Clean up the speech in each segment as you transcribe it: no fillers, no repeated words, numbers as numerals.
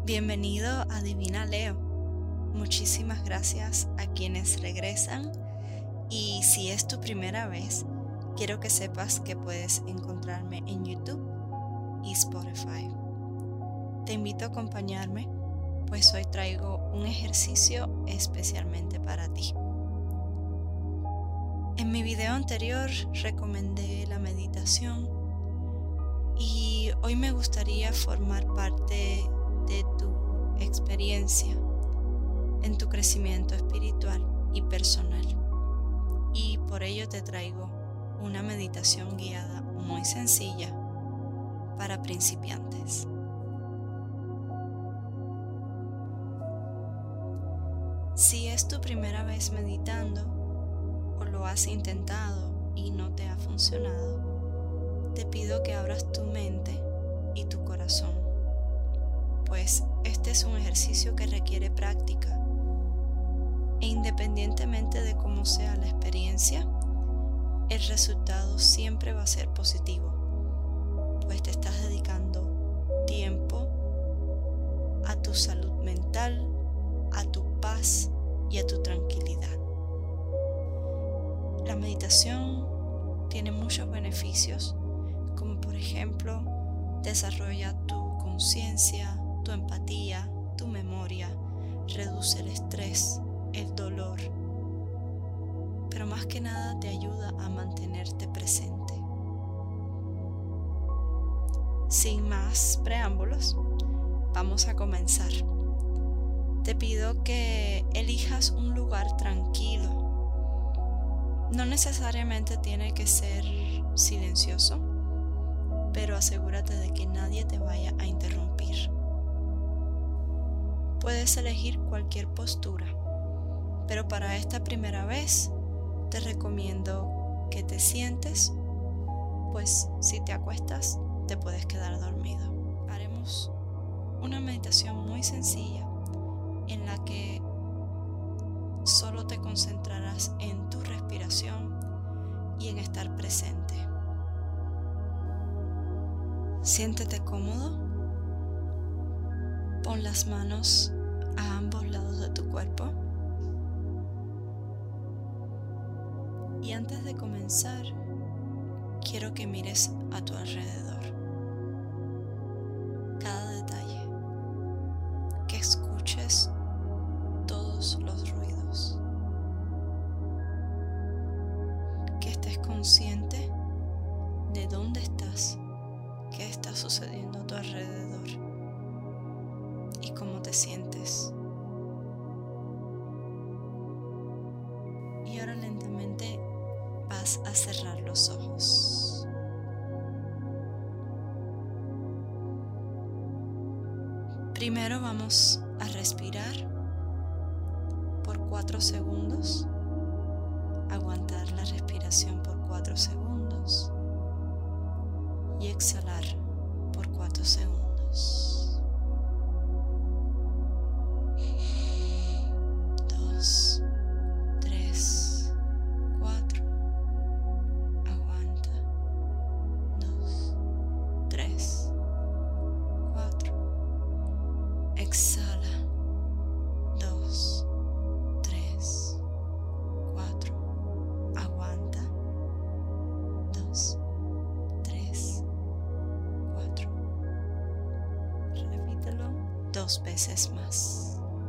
Bienvenido a Divina Leo. Muchísimas gracias a quienes regresan y si es tu primera vez, quiero que sepas que puedes encontrarme en YouTube y Spotify. Te invito a acompañarme, pues hoy traigo un ejercicio especialmente para ti. En mi video anterior recomendé la meditación y hoy me gustaría formar parte de tu experiencia en tu crecimiento espiritual y personal. Y por ello te traigo una meditación guiada muy sencilla para principiantes. Si es tu primera vez meditando o lo has intentado y no te ha funcionado, te pido que abras tu mente y tu corazón, pues este es un ejercicio que requiere práctica e independientemente de cómo sea la experiencia, el resultado siempre va a ser positivo, pues te estás dedicando tiempo a tu salud mental, a tu paz y a tu tranquilidad. La meditación tiene muchos beneficios, como por ejemplo, desarrolla tu conciencia, tu empatía, tu memoria, reduce el estrés, el dolor, pero más que nada te ayuda a mantenerte presente. Sin más preámbulos, vamos a comenzar. Te pido que elijas un lugar tranquilo. No necesariamente tiene que ser silencioso, pero asegúrate de que nadie te vaya a interrumpir. Puedes elegir cualquier postura, pero para esta primera vez te recomiendo que te sientes, pues si te acuestas te puedes quedar dormido. Haremos una meditación muy sencilla en la que solo te concentrarás en tu respiración y en estar presente. Siéntete cómodo. Pon las manos a ambos lados de tu cuerpo. Y antes de comenzar, quiero que mires a tu alrededor. Cada detalle. Que escuches todos los ruidos. Que estés consciente de dónde estás, qué está sucediendo a tu alrededor y cómo te sientes. Y ahora lentamente vas a cerrar los ojos. Primero vamos a respirar por 4 segundos, aguantar la respiración por 4 segundos y exhalar por 4 segundos. 2, 3, 4. Aguanta. 2, 3, 4. Exhala. 2, 3, 4. Aguanta. 2, 3, 4. Repítelo 2 veces más.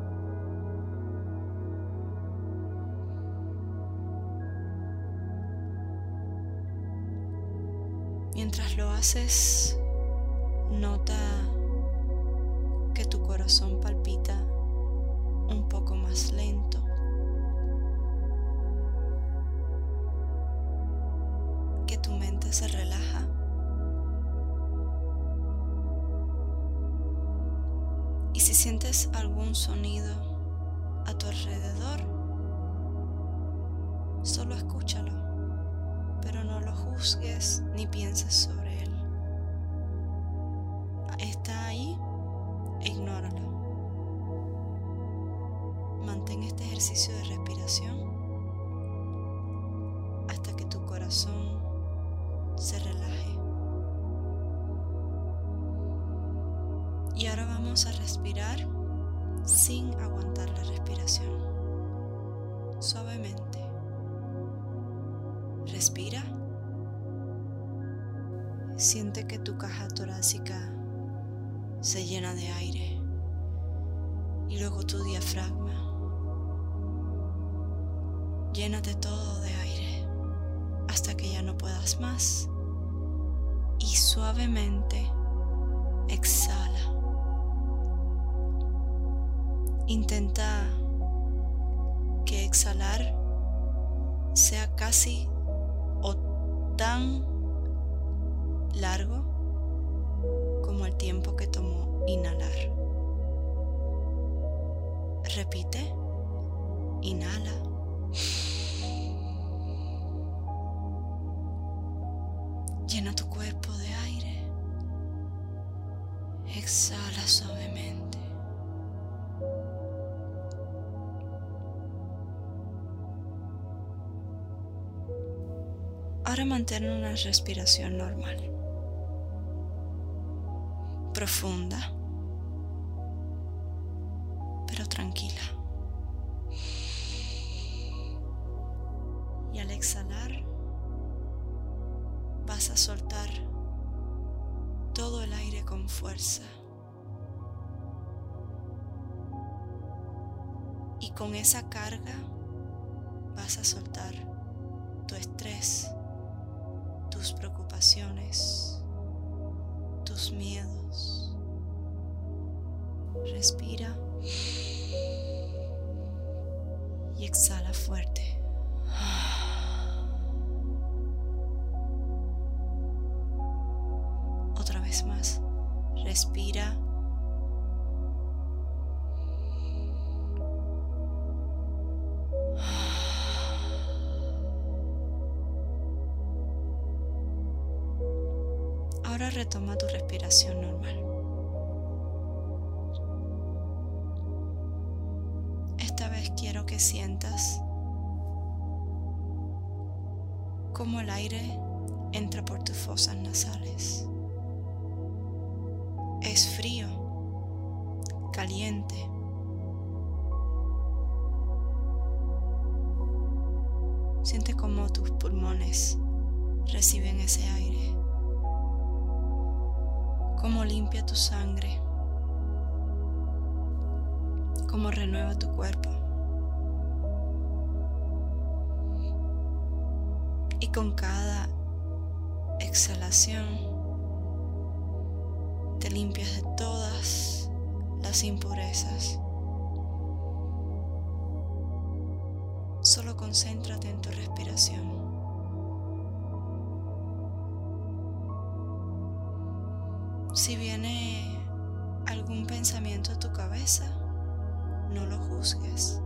Mientras lo haces, nota que tu corazón palpita un poco más lento. Que tu mente se relaja. Y si sientes algún sonido a tu alrededor, solo escúchalo, pero no lo juzgues ni pienses sobre él. Está ahí, ignóralo. Mantén este ejercicio de respiración hasta que tu corazón se relaje. Y ahora Ahora vamos a respirar sin aguantar la respiración. Suavemente. Respira. Siente que tu caja torácica se llena de aire y luego tu diafragma. Llénate todo de aire hasta que ya no puedas más y suavemente exhala. Intenta que exhalar sea casi o tan largo como el tiempo que tomó inhalar. Repite, inhala. Llena tu cuerpo de aire. Exhala suavemente. Ahora mantén una respiración normal, profunda, pero tranquila. Y al exhalar, vas a soltar todo el aire con fuerza. Y con esa carga vas a soltar tu estrés, tus preocupaciones, tus miedos. Respira y exhala fuerte. Otra vez más. Respira. Ahora retoma tu respiración normal. Esta vez quiero que sientas cómo el aire entra por tus fosas nasales. Es frío, caliente. Siente cómo tus pulmones reciben ese aire. Cómo limpia tu sangre, cómo renueva tu cuerpo. Y con cada exhalación te limpias de todas las impurezas. Solo concéntrate en tu respiración. Si viene algún pensamiento a tu cabeza, no lo juzgues.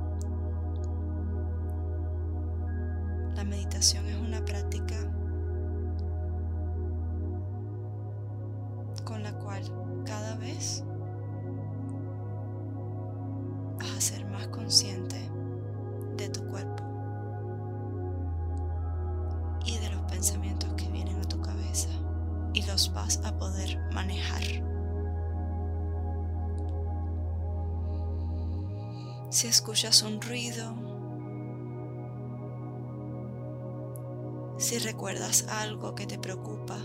La meditación es una práctica con la cual cada vez vas a ser más consciente de tu cuerpo y de los pensamientos que vienen a tu cabeza. Y los vas a poder manejar. Si escuchas un ruido, si recuerdas algo que te preocupa,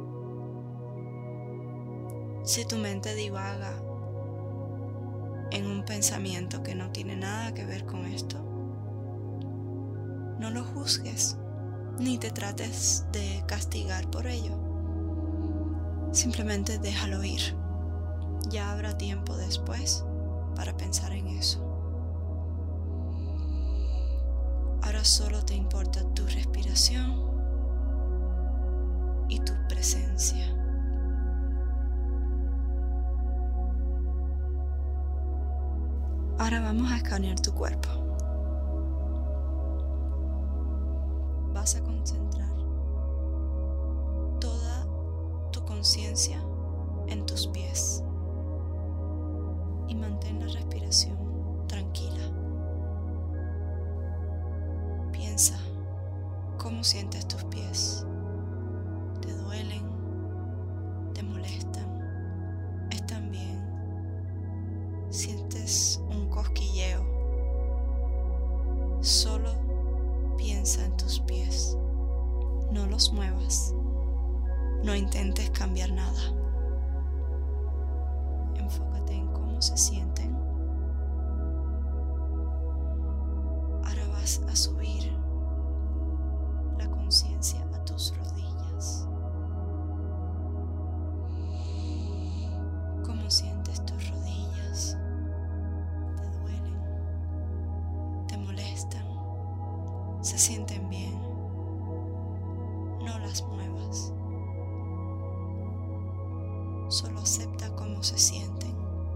si tu mente divaga en un pensamiento que no tiene nada que ver con esto, no lo juzgues, ni te trates de castigar por ello. Simplemente déjalo ir. Ya habrá tiempo después para pensar en eso. Ahora solo te importa tu respiración y tu presencia. Ahora vamos a escanear tu cuerpo. Vas a concentrar toda tu conciencia en tus pies y mantén la respiración tranquila. Piensa cómo sientes tus pies. ¿Te duelen? ¿Te molestan? ¿Están bien? los muevas. No intentes cambiar nada. Enfócate en cómo se sienten. Ahora vas a subir la conciencia a tus rodillas. ¿Cómo sientes tus rodillas? ¿Te duelen? ¿Te molestan? ¿Se sienten bien? No las muevas. Solo acepta cómo se sienten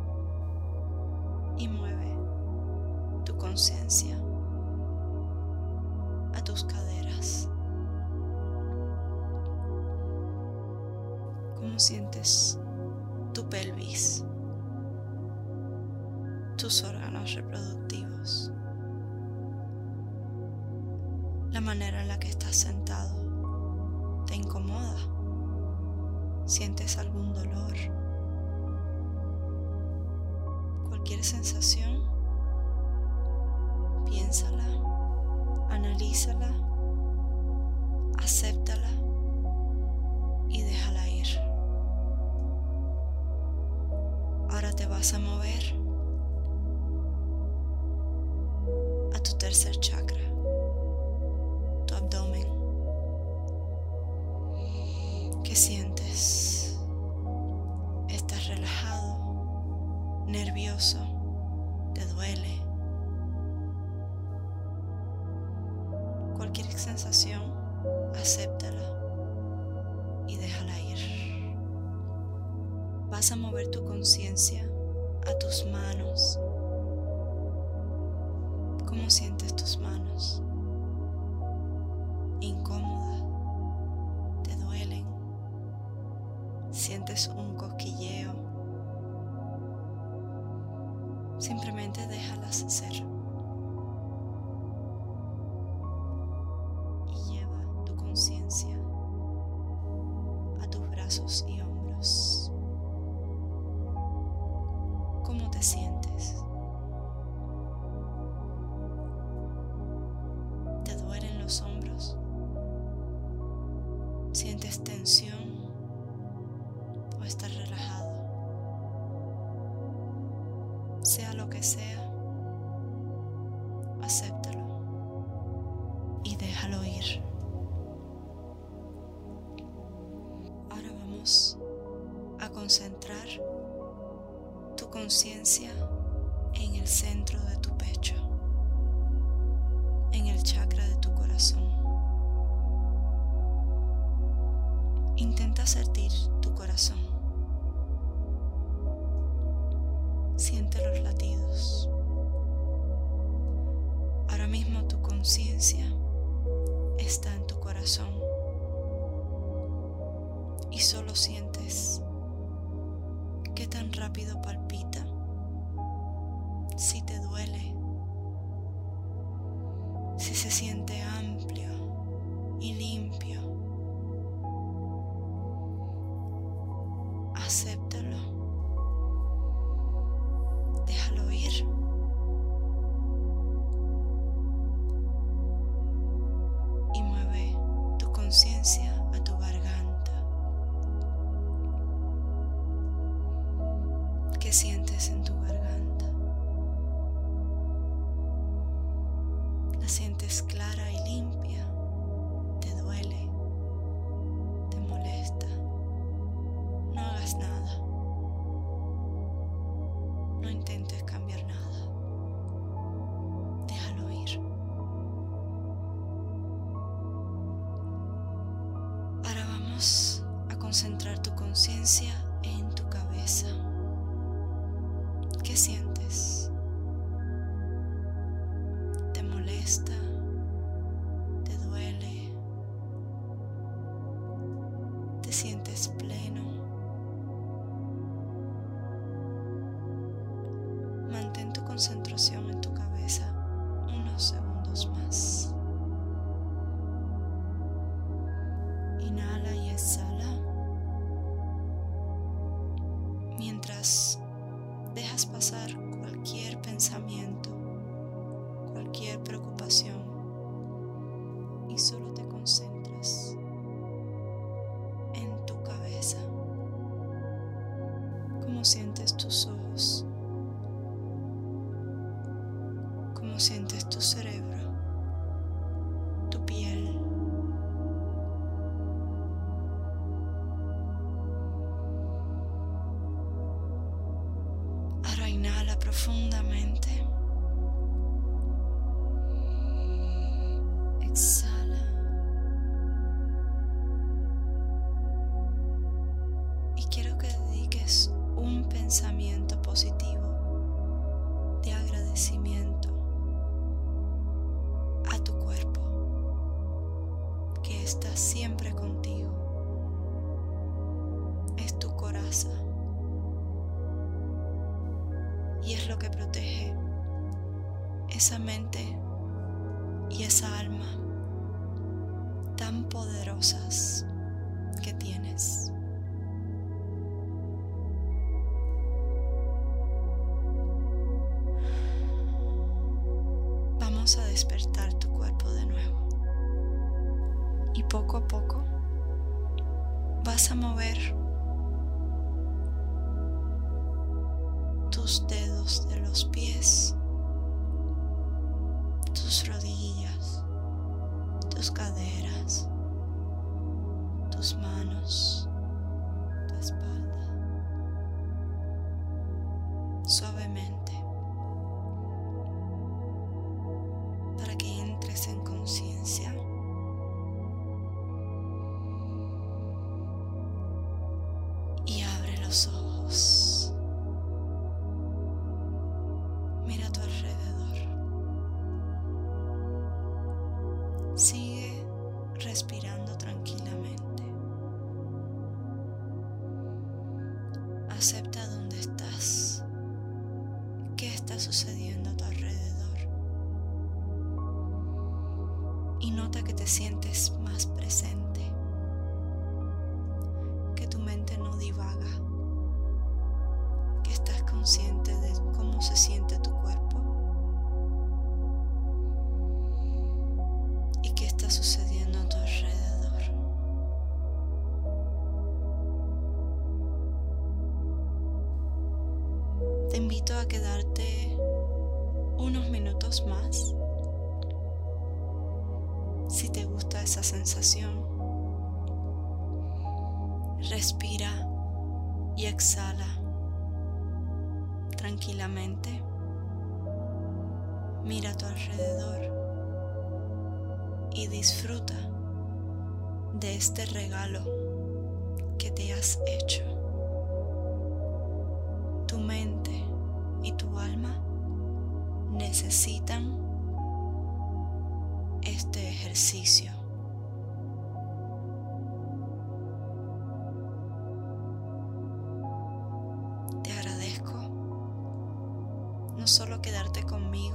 y mueve tu conciencia a tus caderas. ¿Cómo sientes tu pelvis, tus órganos reproductivos, la manera en la que estás sentado? ¿Te incomoda? ¿Sientes algún dolor? Cualquier sensación, piénsala, analízala, acéptala y déjala ir. Ahora te vas a mover a tu tercer chakra, tu abdomen. ¿Qué sientes? ¿Estás relajado? ¿Nervioso? ¿Te duele? Cualquier sensación, acéptala y déjala ir. Vas a mover tu conciencia a tus manos. ¿Cómo sientes tus manos? ¿Incómoda? ¿Te duelen? ¿Sientes un cosquilleo? Simplemente déjalas ser. Y lleva tu conciencia a tus brazos y hombros. ¿Cómo te sientes? ¿Te duelen los hombros? ¿Sientes tensión o estás relajado? Sea lo que sea, acéptalo y déjalo ir. Ahora vamos a concentrar tu conciencia en el centro de tu pecho, en el chakra de tu corazón. Intenta sentir tu corazón. Siente los latidos. Ahora mismo tu conciencia está en tu corazón y solo sientes qué tan rápido palpita, si te duele, si se siente amplio y limpio. Acéptalo, déjalo ir y mueve tu conciencia a tu garganta. ¿Qué sientes en tu garganta? ¿La sientes clara y limpia? ¿Te duele? ¿Te molesta? No hagas nada. No intentes cambiar nada. Déjalo ir. Ahora vamos a concentrar tu conciencia en tu cabeza. ¿Qué sientes? ¿Te molesta? ¿Te duele? ¿Te sientes pleno? Mantén tu concentración en tu cabeza unos segundos más. Inhala y exhala mientras dejas pasar cualquier pensamiento, cualquier preocupación y solo te concentras sientes tus ojos, cómo sientes tu cerebro, tu piel. Ahora inhala profundamente. Exhala. Y quiero que dediques un pensamiento positivo de agradecimiento a tu cuerpo, que está siempre contigo. Es tu coraza y es lo que protege esa mente y esa alma tan poderosas que tienes. Vamos a despertar tu cuerpo de nuevo y poco a poco vas a mover tus dedos de los pies, tus rodillas, tus caderas, tus manos, tu espalda, suavemente, para que entres en conciencia. Y abre los ojos. Mira a tu alrededor. Sigue respirando tranquilamente. Acepta dónde estás. ¿Qué está sucediendo a tu alrededor? Y nota que te sientes más presente. Que tu mente no divaga. Que estás consciente de cómo se siente tu cuerpo. Y qué está sucediendo a tu alrededor. Te invito a quedarte unos minutos más. Si te gusta esa sensación, respira y exhala tranquilamente. Mira a tu alrededor y disfruta de este regalo que te has hecho. Tu mente y tu alma necesitan este ejercicio. Te agradezco no solo quedarte conmigo,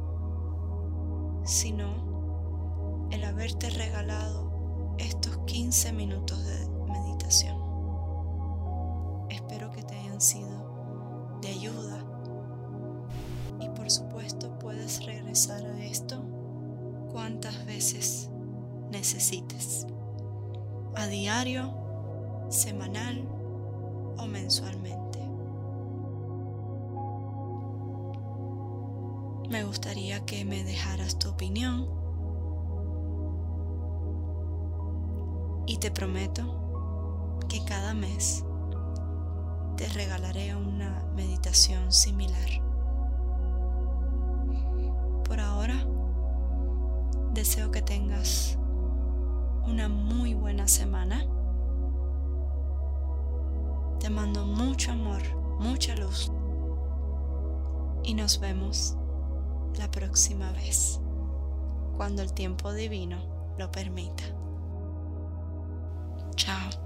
sino el haberte regalado estos 15 minutos de meditación. Espero que te hayan sido de ayuda y por supuesto puedes regresar a esto cuantas veces necesites, a diario, semanal o mensualmente. Me gustaría que me dejaras tu opinión y te prometo que cada mes te regalaré una meditación similar. Por ahora, deseo que tengas una muy buena semana. Te mando mucho amor, mucha luz y nos vemos la próxima vez, cuando el tiempo divino lo permita. Chao.